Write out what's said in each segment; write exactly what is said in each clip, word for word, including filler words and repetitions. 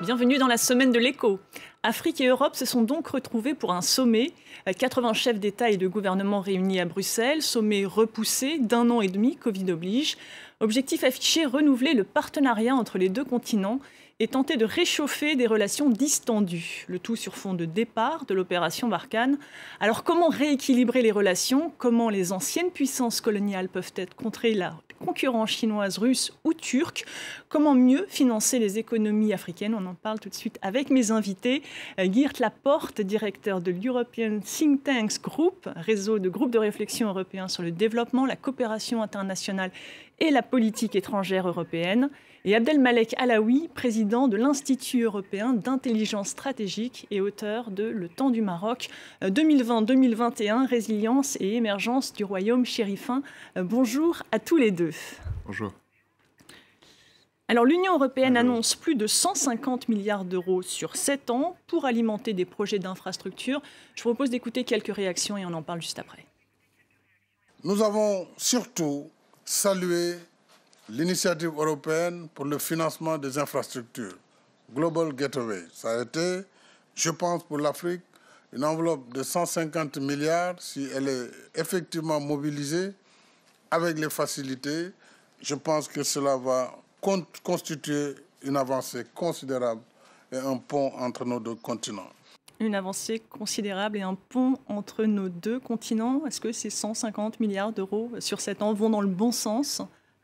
Bienvenue dans la semaine de l'écho. Afrique et Europe se sont donc retrouvés pour un sommet. quatre-vingts chefs d'État et de gouvernement réunis à Bruxelles, sommet repoussé d'un an et demi, Covid oblige. Objectif affiché, renouveler le partenariat entre les deux continents et tenter de réchauffer des relations distendues. Le tout sur fond de départ de l'opération Barkhane. Alors comment rééquilibrer les relations? Comment les anciennes puissances coloniales peuvent-être contrer la concurrence chinoise, russe ou turque? Comment mieux financer les économies africaines? On en parle tout de suite avec mes invités. Geert Laporte, directeur de l'European Think Tanks Group, réseau de groupes de réflexion européens sur le développement, la coopération internationale et la politique étrangère européenne. Et Abdelmalek Alaoui, président de l'Institut européen d'intelligence stratégique et auteur de Le temps du Maroc, deux mille vingt deux mille vingt et un, résilience et émergence du royaume chérifin. Bonjour à tous les deux. Bonjour. Alors l'Union européenne Bonjour. annonce plus de cent cinquante milliards d'euros sur sept ans pour alimenter des projets d'infrastructure. Je vous propose d'écouter quelques réactions et on en parle juste après. Nous avons surtout salué l'initiative européenne pour le financement des infrastructures, Global Gateway. Ça a été, je pense, pour l'Afrique, une enveloppe de cent cinquante milliards. Si elle est effectivement mobilisée avec les facilités, je pense que cela va constituer une avancée considérable et un pont entre nos deux continents. Une avancée considérable et un pont entre nos deux continents. Est-ce que ces cent cinquante milliards d'euros sur sept ans vont dans le bon sens ?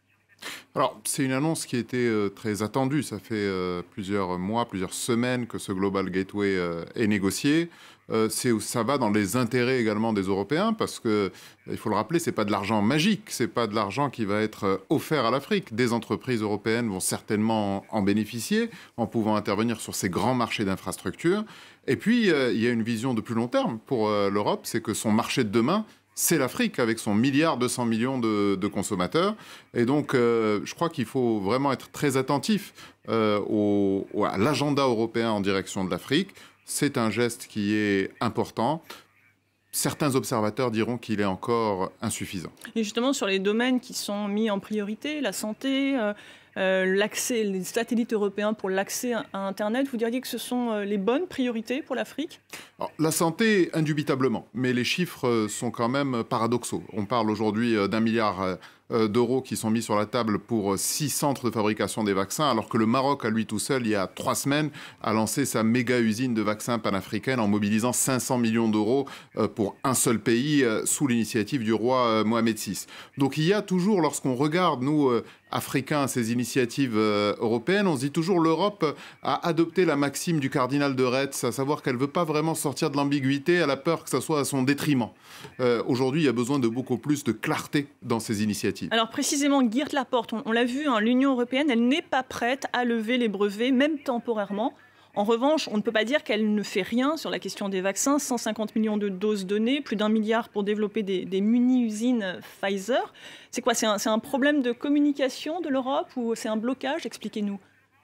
Alors, c'est une annonce qui a été euh, très attendue. Ça fait euh, plusieurs mois, plusieurs semaines que ce Global Gateway euh, est négocié. Euh, c'est, ça va dans les intérêts également des Européens parce que, il faut le rappeler, ce n'est pas de l'argent magique, ce n'est pas de l'argent qui va être offert à l'Afrique. Des entreprises européennes vont certainement en bénéficier en pouvant intervenir sur ces grands marchés d'infrastructures. Et puis, euh, il y a une vision de plus long terme pour euh, l'Europe, c'est que son marché de demain, c'est l'Afrique avec son milliard deux cents millions de, de consommateurs. Et donc, euh, je crois qu'il faut vraiment être très attentif euh, au, à l'agenda européen en direction de l'Afrique. C'est un geste qui est important. Certains observateurs diront qu'il est encore insuffisant. Et justement, sur les domaines qui sont mis en priorité, la santé, euh, euh, l'accès, les satellites européens pour l'accès à Internet, vous diriez que ce sont euh, les bonnes priorités pour l'Afrique ? Alors, la santé, indubitablement, mais les chiffres sont quand même paradoxaux. On parle aujourd'hui d'un milliard d'euros qui sont mis sur la table pour six centres de fabrication des vaccins, alors que le Maroc, à lui tout seul, il y a trois semaines, a lancé sa méga-usine de vaccins panafricaine en mobilisant cinq cents millions d'euros pour un seul pays, sous l'initiative du roi Mohamed six. Donc il y a toujours, lorsqu'on regarde, nous, Africains, ces initiatives européennes, on se dit toujours l'Europe a adopté la maxime du cardinal de Retz, à savoir qu'elle ne veut pas vraiment sortir de l'ambiguïté, elle a peur que ça soit à son détriment. Euh, aujourd'hui, il y a besoin de beaucoup plus de clarté dans ces initiatives. Alors précisément, Geert Laporte, on, on l'a vu, hein, l'Union européenne, elle n'est pas prête à lever les brevets, même temporairement. En revanche, on ne peut pas dire qu'elle ne fait rien sur la question des vaccins. cent cinquante millions de doses données, plus d'un milliard pour développer des, des mini-usines Pfizer. C'est quoi, c'est un, c'est un problème de communication de l'Europe ou c'est un blocage? Expliquez-nous.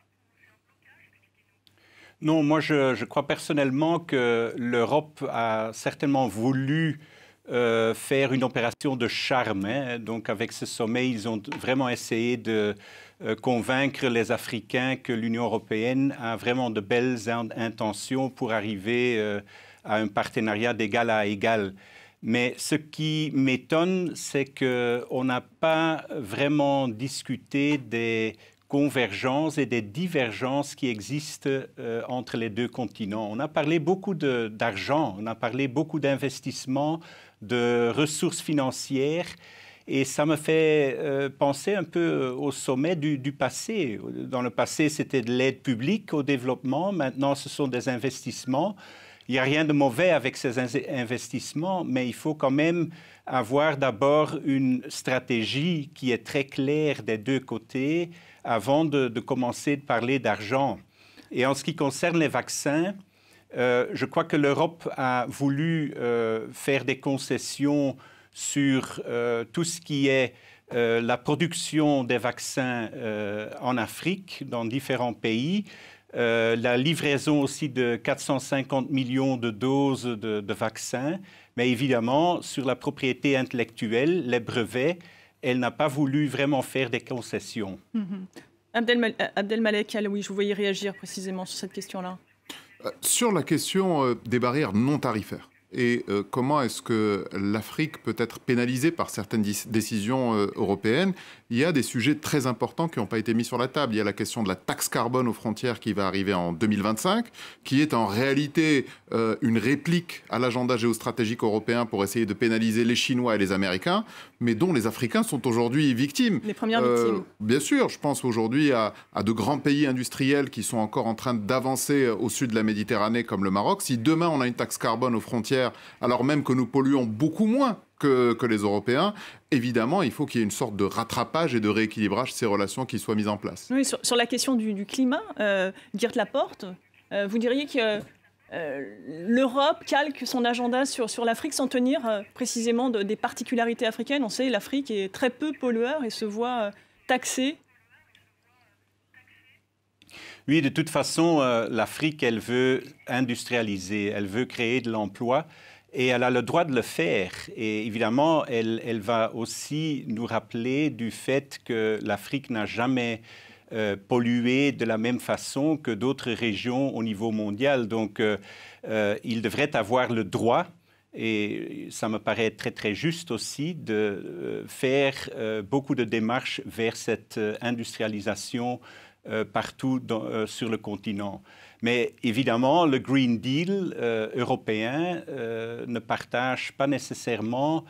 Non, moi je, je crois personnellement que l'Europe a certainement voulu euh, faire une opération de charme. Hein. Donc avec ce sommet, ils ont vraiment essayé de euh, convaincre les Africains que l'Union européenne a vraiment de belles intentions pour arriver euh, à un partenariat d'égal à égal. Mais ce qui m'étonne, c'est qu'on n'a pas vraiment discuté des convergences et des divergences qui existent euh, entre les deux continents. On a parlé beaucoup de, d'argent, on a parlé beaucoup d'investissements, de ressources financières, et ça me fait euh, penser un peu au sommet du, du passé. Dans le passé, c'était de l'aide publique au développement, maintenant ce sont des investissements. Il n'y a rien de mauvais avec ces investissements, mais il faut quand même avoir d'abord une stratégie qui est très claire des deux côtés avant de, de commencer de parler d'argent. Et en ce qui concerne les vaccins, euh, je crois que l'Europe a voulu euh, faire des concessions sur euh, tout ce qui est euh, la production des vaccins euh, en Afrique, dans différents pays, euh, la livraison aussi de quatre cent cinquante millions de doses de, de vaccins, mais évidemment, sur la propriété intellectuelle, les brevets, elle n'a pas voulu vraiment faire des concessions. Mm-hmm. Abdelmalek Alaoui, je vous voyais réagir précisément sur cette question-là. Euh, sur la question euh, des barrières non tarifaires. Et euh, comment est-ce que l'Afrique peut être pénalisée par certaines décisions euh, européennes? Il y a des sujets très importants qui n'ont pas été mis sur la table. Il y a la question de la taxe carbone aux frontières qui va arriver en deux mille vingt-cinq, qui est en réalité euh, une réplique à l'agenda géostratégique européen pour essayer de pénaliser les Chinois et les Américains, mais dont les Africains sont aujourd'hui victimes. Les premières euh, victimes. Bien sûr, je pense aujourd'hui à, à de grands pays industriels qui sont encore en train d'avancer au sud de la Méditerranée, comme le Maroc. Si demain on a une taxe carbone aux frontières, alors même que nous polluons beaucoup moins que, que les Européens, évidemment, il faut qu'il y ait une sorte de rattrapage et de rééquilibrage de ces relations qui soient mises en place. Oui, sur, sur la question du, du climat, euh, Geert Laporte, euh, vous diriez que euh, l'Europe calque son agenda sur, sur l'Afrique sans tenir euh, précisément de, des particularités africaines. On sait l'Afrique est très peu pollueur et se voit euh, taxée. Oui, de toute façon, euh, l'Afrique, elle veut industrialiser, elle veut créer de l'emploi et elle a le droit de le faire. Et évidemment, elle, elle va aussi nous rappeler du fait que l'Afrique n'a jamais euh, pollué de la même façon que d'autres régions au niveau mondial. Donc, euh, euh, il devrait avoir le droit, et ça me paraît très, très juste aussi, de euh, faire euh, beaucoup de démarches vers cette euh, industrialisation Euh, partout dans, euh, sur le continent. Mais évidemment, le Green Deal euh, européen euh, ne partage pas nécessairement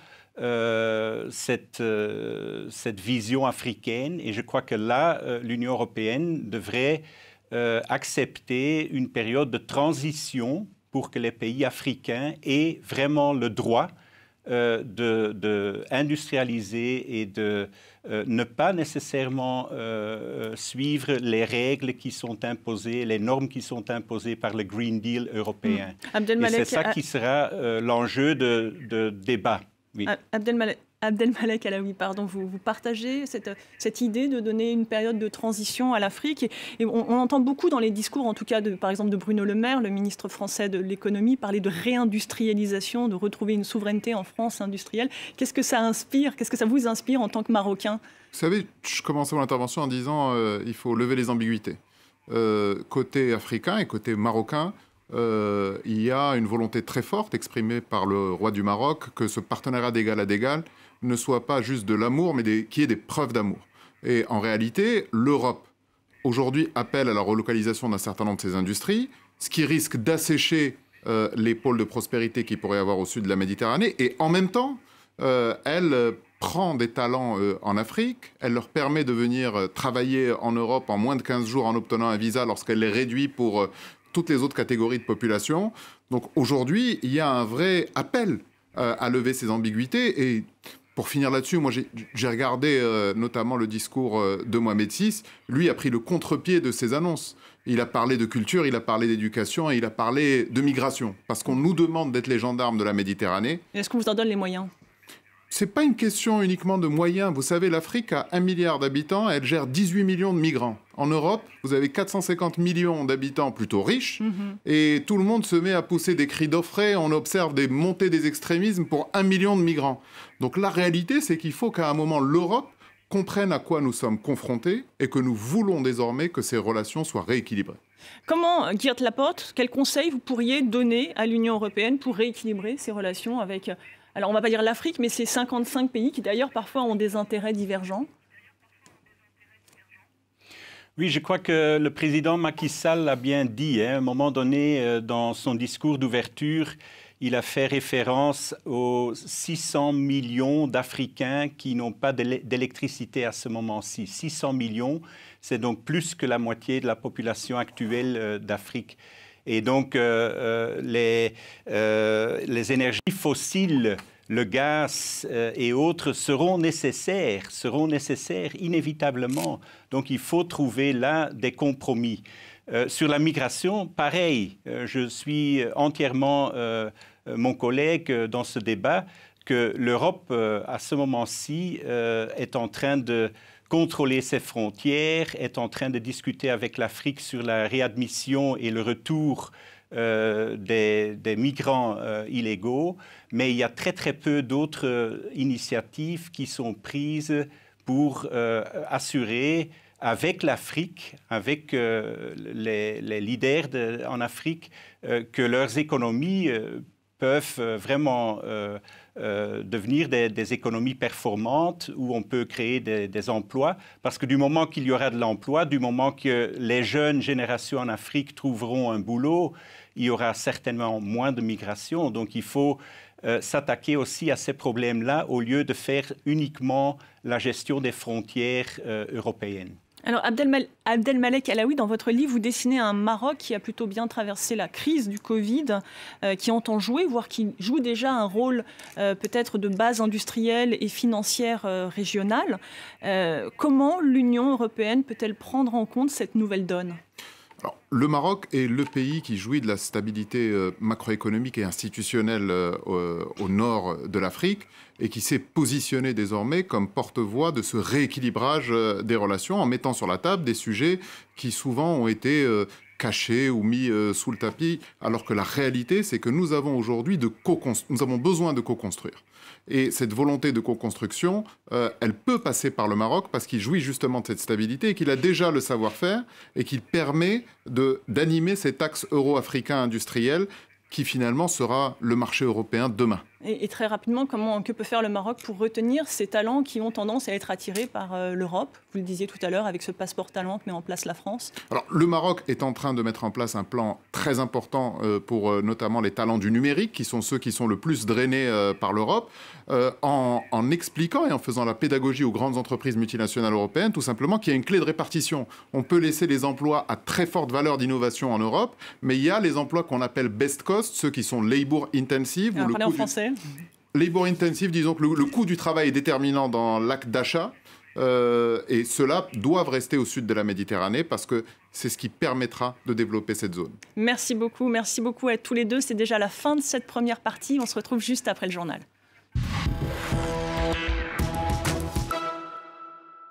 euh, cette, euh, cette vision africaine. Et je crois que là, euh, l'Union européenne devrait euh, accepter une période de transition pour que les pays africains aient vraiment le droit euh, de, de industrialiser et de Euh, ne pas nécessairement euh, suivre les règles qui sont imposées, les normes qui sont imposées par le Green Deal européen. Mmh. Et c'est ça qui sera euh, l'enjeu de, de débat. Oui. Abdelmalek, Abdelmalek Alaoui, pardon, vous, vous partagez cette, cette idée de donner une période de transition à l'Afrique. Et, et on, on entend beaucoup dans les discours, en tout cas, de, par exemple, de Bruno Le Maire, le ministre français de l'économie, parler de réindustrialisation, de retrouver une souveraineté en France industrielle. Qu'est-ce que ça inspire? Qu'est-ce que ça vous inspire en tant que Marocain? Vous savez, je commençais mon intervention en disant euh, il faut lever les ambiguïtés. Euh, côté africain et côté marocain, euh, il y a une volonté très forte exprimée par le roi du Maroc que ce partenariat d'égal à d'égal ne soit pas juste de l'amour, mais des, qu'il y ait des preuves d'amour. Et en réalité, l'Europe, aujourd'hui, appelle à la relocalisation d'un certain nombre de ses industries, ce qui risque d'assécher euh, les pôles de prospérité qu'il pourrait y avoir au sud de la Méditerranée. Et en même temps, euh, elle euh, prend des talents euh, en Afrique, elle leur permet de venir euh, travailler en Europe en moins de quinze jours en obtenant un visa lorsqu'elle les réduit pour euh, toutes les autres catégories de population. Donc aujourd'hui, il y a un vrai appel euh, à lever ces ambiguïtés. Et pour finir là-dessus, moi j'ai regardé euh, notamment le discours euh, de Mohamed six. Lui a pris le contre-pied de ces annonces. Il a parlé de culture, il a parlé d'éducation et il a parlé de migration. Parce qu'on nous demande d'être les gendarmes de la Méditerranée. Est-ce qu'on vous en donne les moyens ? C'est pas une question uniquement de moyens. Vous savez, l'Afrique a un milliard d'habitants, elle gère dix-huit millions de migrants. En Europe, vous avez quatre cent cinquante millions d'habitants plutôt riches, mm-hmm. et tout le monde se met à pousser des cris d'orfraie. On observe des montées des extrémismes pour un million de migrants. Donc la réalité, c'est qu'il faut qu'à un moment, l'Europe comprenne à quoi nous sommes confrontés et que nous voulons désormais que ces relations soient rééquilibrées. Comment, Geert Laporte, quels conseils vous pourriez donner à l'Union européenne pour rééquilibrer ces relations avec... Alors, on ne va pas dire l'Afrique, mais c'est cinquante-cinq pays qui, d'ailleurs, parfois ont des intérêts divergents. Oui, je crois que le président Macky Sall l'a bien dit. Hein, à un moment donné, dans son discours d'ouverture, il a fait référence aux six cents millions d'Africains qui n'ont pas d'électricité à ce moment-ci. six cents millions, c'est donc plus que la moitié de la population actuelle d'Afrique. Et donc, euh, euh, les, euh, les énergies fossiles, le gaz euh, et autres seront nécessaires, seront nécessaires inévitablement. Donc, il faut trouver là des compromis. Euh, sur la migration, pareil, euh, je suis entièrement euh, mon collègue dans ce débat, que l'Europe, euh, à ce moment-ci, euh, est en train de contrôler ses frontières, est en train de discuter avec l'Afrique sur la réadmission et le retour euh, des, des migrants euh, illégaux. Mais il y a très, très peu d'autres initiatives qui sont prises pour euh, assurer avec l'Afrique, avec euh, les, les leaders de, en Afrique, euh, que leurs économies euh, peuvent euh, vraiment euh, euh, devenir des, des économies performantes où on peut créer des, des emplois. Parce que du moment qu'il y aura de l'emploi, du moment que les jeunes générations en Afrique trouveront un boulot, il y aura certainement moins de migration. Donc il faut euh, s'attaquer aussi à ces problèmes-là au lieu de faire uniquement la gestion des frontières euh, européennes. Alors, Abdelmal- Abdelmalek Alaoui, dans votre livre, vous dessinez un Maroc qui a plutôt bien traversé la crise du Covid, euh, qui entend jouer, voire qui joue déjà un rôle euh, peut-être de base industrielle et financière euh, régionale. Euh, comment l'Union européenne peut-elle prendre en compte cette nouvelle donne ? Alors, le Maroc est le pays qui jouit de la stabilité euh, macroéconomique et institutionnelle euh, au, au nord de l'Afrique et qui s'est positionné désormais comme porte-voix de ce rééquilibrage euh, des relations en mettant sur la table des sujets qui souvent ont été euh, cachés ou mis euh, sous le tapis, alors que la réalité, c'est que nous avons aujourd'hui de co-constru- nous avons besoin de co-construire. Et cette volonté de co-construction, euh, elle peut passer par le Maroc parce qu'il jouit justement de cette stabilité et qu'il a déjà le savoir-faire et qu'il permet de, d'animer cet axe euro-africain industriel qui finalement sera le marché européen demain. Et, et très rapidement, comment, que peut faire le Maroc pour retenir ces talents qui ont tendance à être attirés par euh, l'Europe ? Vous le disiez tout à l'heure avec ce passeport talent que met en place la France. Alors, le Maroc est en train de mettre en place un plan très important euh, pour euh, notamment les talents du numérique, qui sont ceux qui sont le plus drainés euh, par l'Europe, euh, en, en expliquant et en faisant la pédagogie aux grandes entreprises multinationales européennes, tout simplement qu'il y a une clé de répartition. On peut laisser les emplois à très forte valeur d'innovation en Europe, mais il y a les emplois qu'on appelle best cost, ceux qui sont labor intensive. Alors, parlez en français. Labor intensive, disons que le, le coût du travail est déterminant dans l'acte d'achat. Euh, et ceux-là doivent rester au sud de la Méditerranée parce que c'est ce qui permettra de développer cette zone. Merci beaucoup, merci beaucoup à tous les deux. C'est déjà la fin de cette première partie. On se retrouve juste après le journal.